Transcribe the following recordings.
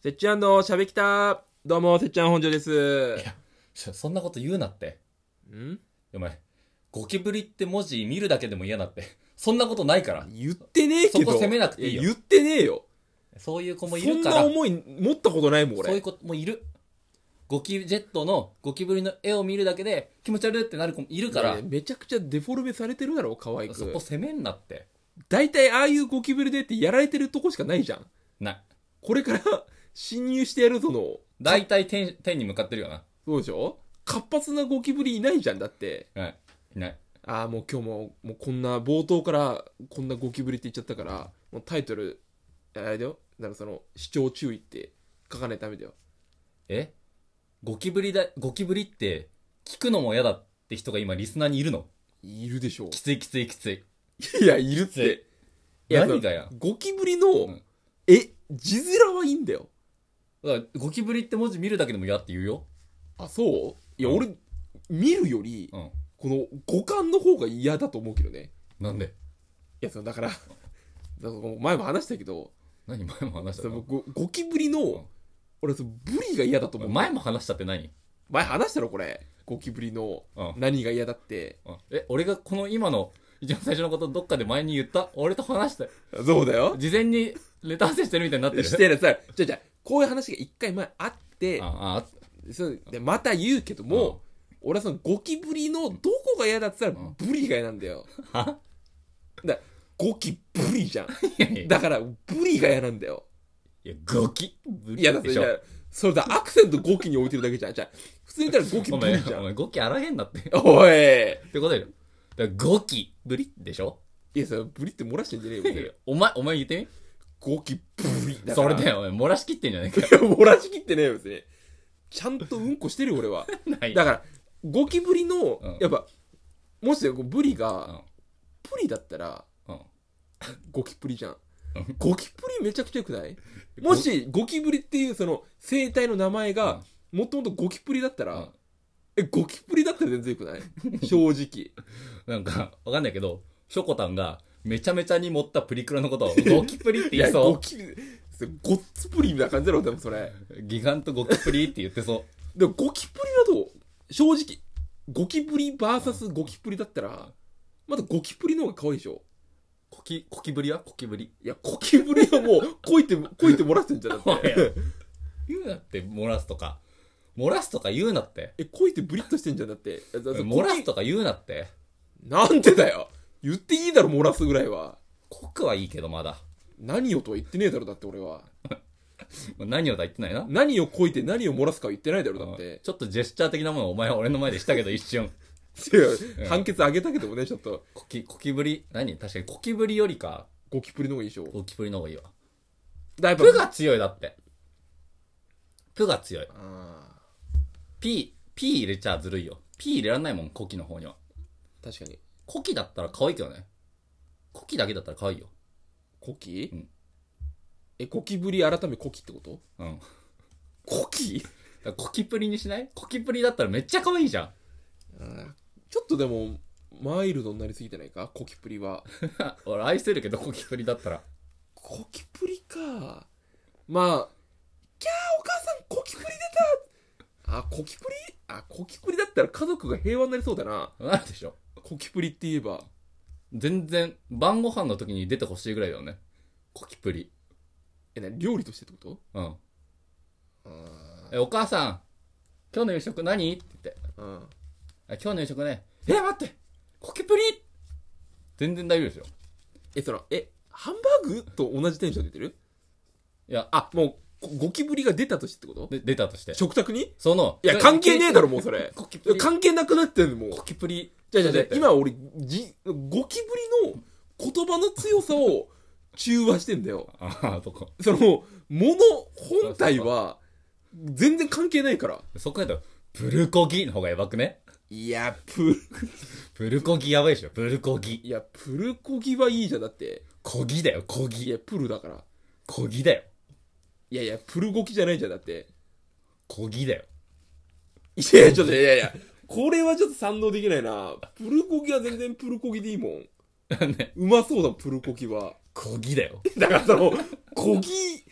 せっちゃんのしゃべきた。どうも、せっちゃん本庄です。 いや、そんなこと言うなって。お前、ゴキブリって文字見るだけでも嫌だって。そんなことないから。 言ってねえけど。 そこ責めなくていいよ。 言ってねえよ。 そういう子もいるから。 そんな思い持ったことないもん、俺。 そういう子もいる。ゴキジェットのゴキブリの絵を見るだけで気持ち悪いってなる子もいるから。 めちゃくちゃデフォルメされてるだろ、可愛く。 そこ責めんなって。 大体ああいうゴキブリでってやられてるとこしかないじゃん。 ない。 これから侵入してやるぞの。 大体天に向かってるよな。 そうでしょ？活発なゴキブリいないじゃん、だって。 はい。いない。 ああ、もう今日もうこんな、冒頭からこんなゴキブリって言っちゃったから、もうタイトル、あれだよ。だからその、視聴注意って書かないとダメだよ。 ゴキブリって聞くのも嫌だって人が今リスナーにいるの？ いるでしょう。 きつい。 いや、いるって。いや、 何がや。 ゴキブリの、字面はいいんだよ。 だからゴキブリって文字見るだけでも嫌って言うよ。 あ、そういや、俺、見るより、 この五感の方が嫌だと思うけどね。 なんで？ いや、だから前も話したけど、 何前も話したの？ ゴキブリの、俺、ブリが嫌だと思う。 前も話したって何？ 前話したろ、これ。ゴキブリの何が嫌だって。 俺がこの今の一番最初のことどっかで前に言った？俺と話した。 そうだよ。 事前にレターセしてるみたいになってる。 してるさ。じゃこういう話が一回前あって、でまた言うけども、俺はそのゴキブリのどこが嫌だって言ったらブリが嫌なんだよ。 は？ だゴキブリじゃん。だからブリが嫌なんだよ。 いや、ゴキブリでしょ。いや、だってそれだ、アクセントゴキに置いてるだけじゃん。じゃあ、普通に言ったらゴキブリじゃん。 お前ゴキあらへんなって。 おい。 ってことだよ。だからゴキブリでしょ？ いや、それブリって漏らしてんじゃねえよ。 お前言ってみ？ ゴキブリだから。それだよ、お前漏らしきってんじゃねえか。 いや、漏らしきってねえよ、別に。ちゃんとうんこしてるよ、俺は。だから、ゴキブリの、やっぱ、もしブリが、プリだったら、ゴキブリじゃん。ゴキブリめちゃくちゃ良くない？もし、ゴキブリっていうその生態の名前が、もともとゴキブリだったら、ゴキブリだったら全然良くない？正直。 なんか、わかんないけど、ショコタンが、めちゃめちゃに盛ったプリクラのことをゴキプリって言いそう。 ゴッツプリみたいな感じだろ、でもそれ。 ギガントゴキプリって言ってそう。 でもゴキプリはどう？正直。ゴキブリ VS ゴキプリだったら、まだゴキプリの方が可愛いでしょ。 コキブリはコキブリ。 いや、ゴキブリはもう、こいて漏らしてんじゃん、だって。 言うなって、漏らすとか言うなって。 こいてブリッとしてんじゃん、だって。 漏らすとか言うなって。 なんでだよ。言っていいだろ、漏らすぐらいは。 濃くはいいけど、まだ。 何をとは言ってねえだろ、だって俺は。 何をとは言ってないな。 何をこいて何を漏らすかは言ってないだろ、だって。 ちょっとジェスチャー的なものをお前は俺の前でしたけど、一瞬。 判決上げたけどもね、ちょっと。 コキブリ確かにコキブリよりか。 ゴキブリの方がいいでしょ。 ゴキブリの方がいいわ。 プが強いだって。プが強い。P 入れちゃずるいよ。P 入れらんないもん、コキの方には。 確かに。 コキだったら可愛いけどね。コキだけだったら可愛いよ。 コキ？ゴキブリ改めコキってこと？コキ？ コキプリにしない？コキプリだったらめっちゃ可愛いじゃん。 ちょっとでもマイルドになりすぎてないか、コキプリは。 俺愛せるけど、コキプリだったら。 コキプリか。まあ、キャーお母さんコキプリ出た。コキプリだったら家族が平和になりそうだな。 なるでしょ。 コキプリって言えば全然晩ご飯の時に出てほしいぐらいだよね、コキプリ。 料理としてってこと？ お母さん今日の夕食何？って言って、今日の夕食ね、待ってコキプリ全然大丈夫ですよ。 ハンバーグと同じテンションで言ってる？ いや、 もうゴキブリが出たとしてってこと？ 出たとして食卓に？ いや、関係ねえだろもうそれ。関係なくなってんのもう。 コキプリ。 じゃ今俺ゴキブリの言葉の強さを中和してんだよ。その物本体は全然関係ないから。 そこやとプルコギの方がやばくね？ いや、 プルコギやばいでしょ、プルコギ。 いや、プルコギはいいじゃん、だって。 コギだよ、コギ。 いや、プルだから。 コギだよ。 いや、プルゴキじゃないじゃん、だって。 コギだよ。 いや、ちょっと、いや。これはちょっと賛同できないな。プルコギは全然プルコギでいいもん。うまそうだ、プルコギは。 コギだよ。 だからその、コギ、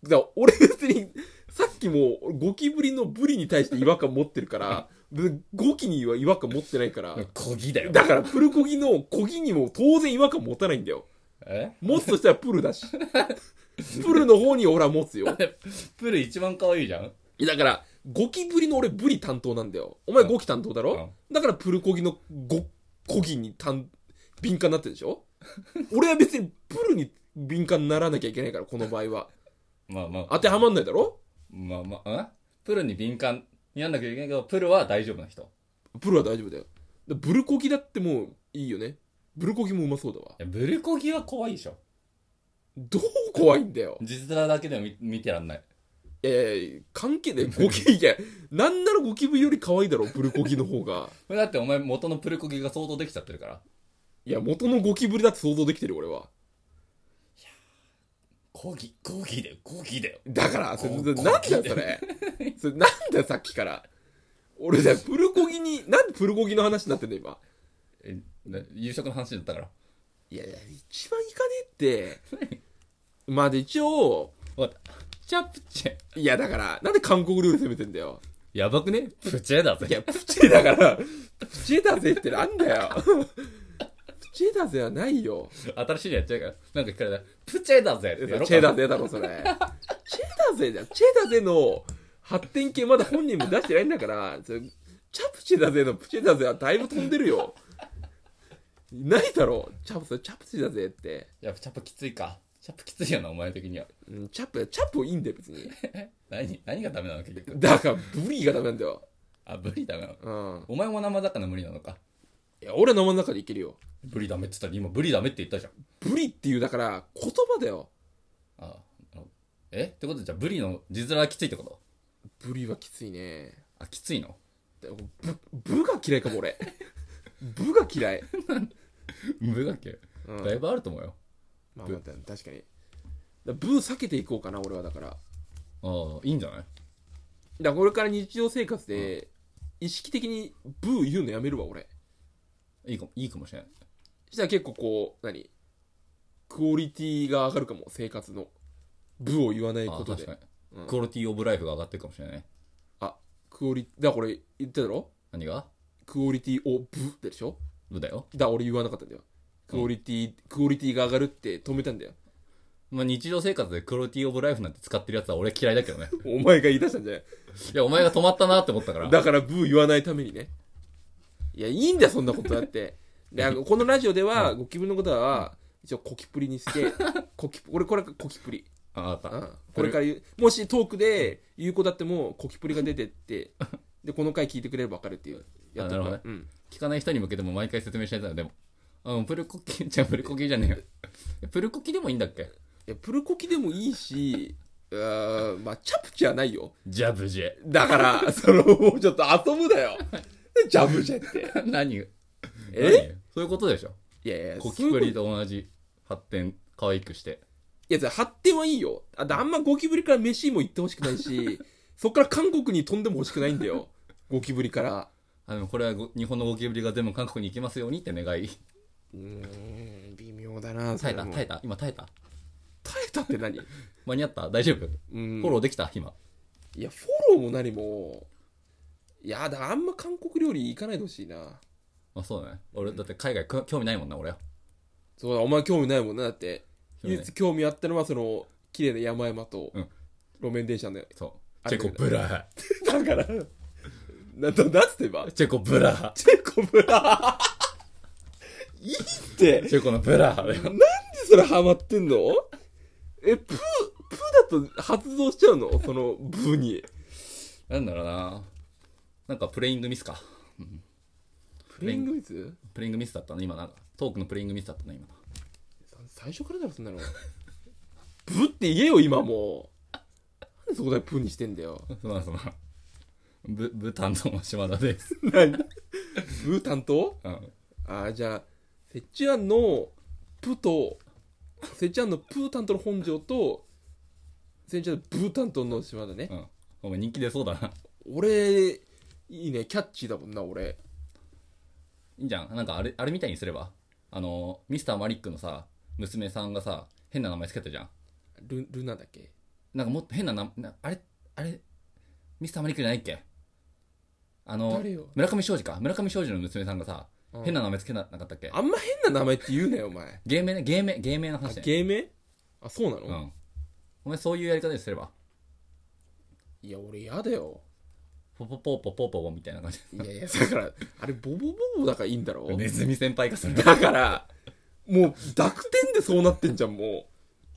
だから俺別に、さっきもゴキブリのブリに対して違和感持ってるから、ゴキには違和感持ってないから。 コギだよ。 だからプルコギのコギにも当然違和感持たないんだよ。持つとしたらプルだし。プルの方に俺は持つよ。 プル一番可愛いじゃん。 だから、ゴキブリの俺ブリ担当なんだよ。お前ゴキ担当だろ、だからプルコギのコギに敏感になってるでしょ俺は別にプルに敏感にならなきゃいけないから、この場合は。 まあまあ。 当てはまんないだろ。 まあまあ、プルに敏感になんなきゃいけないけど、プルは大丈夫な人。 プルは大丈夫だよ。ブルコギだってもういいよね。ブルコギもうまそうだわ。 いや、ブルコギは怖いでしょ。 どう怖いんだよ。 実面だけでも見てらんない。 いや関係ない。ゴキ、いや、なんならゴキブリより可愛いだろ、ブルコギの方が。 だってお前元のプルコギが想像できちゃってるから。 いや、元のゴキブリだって想像できてる俺は。 いやゴギだよ。 だから、なんだよそれ。それなんだよさっきから。俺だよ、プルコギに、なんでプルコギの話になってんの今。 夕食の話だったから。 いや、一番いかねえって。まあで一応、 チャプチェ。 いやだから、なんで韓国料理攻めてんだよ。 やばくね？プチェだぜ。 いや、プチェだから、プチェだぜってなんだよ。プチェだぜはないよ。 新しいのやっちゃうから。なんか聞かれたら、プチェだぜってやろうか。 チェだぜだろ、それ。チェだぜじゃん。チェだぜの発展系まだ本人も出してないんだから、チャプチェだぜのプチェだぜはだいぶ飛んでるよ。ないだろ、チャプチェだぜって。 いや、チャプきついか。チャプきついよな、お前的には。 チャプいいんだよ、別に。 何がダメなの結局。 だから、ブリがダメなんだよ。 あ、ブリダメなの？ うん。 お前も生魚無理なのか。 いや、俺は生の中でいけるよ。 ブリダメって言ったら、今ブリダメって言ったじゃん。 ブリっていう、だから、言葉だよ。 ってことで、じゃあブリの字面はきついってこと？ ブリはきついね。 あ、きついの？ ブが嫌いかも、俺。ブが嫌い。 ブが嫌い。だいぶあると思うよ。 まあ、確かに。ブー避けていこうかな、俺はだから。 ああ、いいんじゃない？ だからこれから日常生活で、意識的にブー言うのやめるわ、俺。 いいかもしれない。 そしたら結構こう、クオリティが上がるかも、生活の。ブーを言わないことで。 確かに、クオリティオブライフが上がってるかもしれないね。 クオリティ、だからこれ言っただろ？ 何が？ クオリティオブでしょ？ ブだよ。 俺言わなかったんだよ。クオリティが上がるって止めたんだよ。 まあ日常生活でクオリティオブライフなんて使ってるやつは俺嫌いだけどね。 お前が言い出したんじゃない？ いや、お前が止まったなって思ったから。 だからブー言わないためにね。いや、いいんだよ、そんなことだって。で、このラジオでは、ゴキブリのことは、一応コキプリにして、これコキプリ。 あった。 これから言う。もしトークで言う子だっても、コキプリが出てって、で、この回聞いてくれれば分かるっていう。 なるほどね。聞かない人に向けても毎回説明しないと。でも、プルコキじゃねえよ。プルコキでもいいんだっけ？いや、プルコキでもいいし、まあ、チャプチはないよ。 ジャブジェ。 だから、もうちょっと遊ぶだよ。ジャブジェって。 何そういうことでしょ。 いやいや、 コキプリと同じ発展、可愛くして。 いや、発展はいいよ。あんまゴキブリから飯も行ってほしくないし、そっから韓国に飛んでも欲しくないんだよ。ゴキブリから。 でもこれは日本のゴキブリが全部韓国に行きますようにって願い。 微妙だな。 耐えた今耐えたって何？ 間に合った？大丈夫？フォローできた？今。 いや、フォローも何も。いや、だからあんま韓国料理行かないでほしいな。 そうだね。俺だって海外興味ないもんな、俺は。 そうだ、お前興味ないもんな。だって唯一興味あったのは綺麗な山々と路面電車の、 そう、チェコブラだからなんつってばチェコブラいいってチェコのブラなんでそれハマってんの？プーだと発動しちゃうの？そのブーに。 なんだろうな。なんかプレイングミスか。 プレイングミス？ プレイングミスだったの今。なんかトークのプレイングミスだったの今。 最初からだろそんなの。ブって言えよ今もう。なんでそこでプーにしてんだよ。 ブ担当の島田です。 何？ブ担当？じゃあセチアンのプー担当の本庄とセチアンのブー担当の島田ね。 お前人気出そうだな。 俺いいね、キャッチーだもんな。俺いいんじゃん。なんかあれみたいにすれば、ミスターマリックのさ娘さんがさ変な名前つけたじゃん。 ルナだっけ？ なんかもっと変なあれミスターマリックじゃないっけ？ 誰よ？ 村上庄司か。村上庄司の娘さんがさ、変な名前つけなかったっけ？ あんま変な名前って言うなよお前。 芸名ね、芸名の話ね。 芸名？あ、そうなの？ うん。お前そういうやり方にすれば。 いや俺やだよ。 ポポポポポポポみたいな感じ。 いやいやだからあれボボボボだからいいんだろ。 ネズミ先輩かそれ。 だからもう濁点でそうなってんじゃんもう。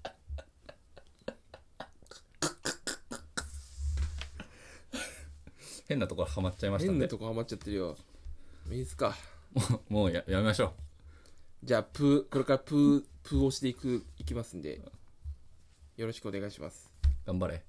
変なところハマっちゃいましたんで。 変なとこハマっちゃってるよ。いいですか。 もうやめましょう。 じゃあこれからプーをしていきますんでよろしくお願いします。 頑張れ。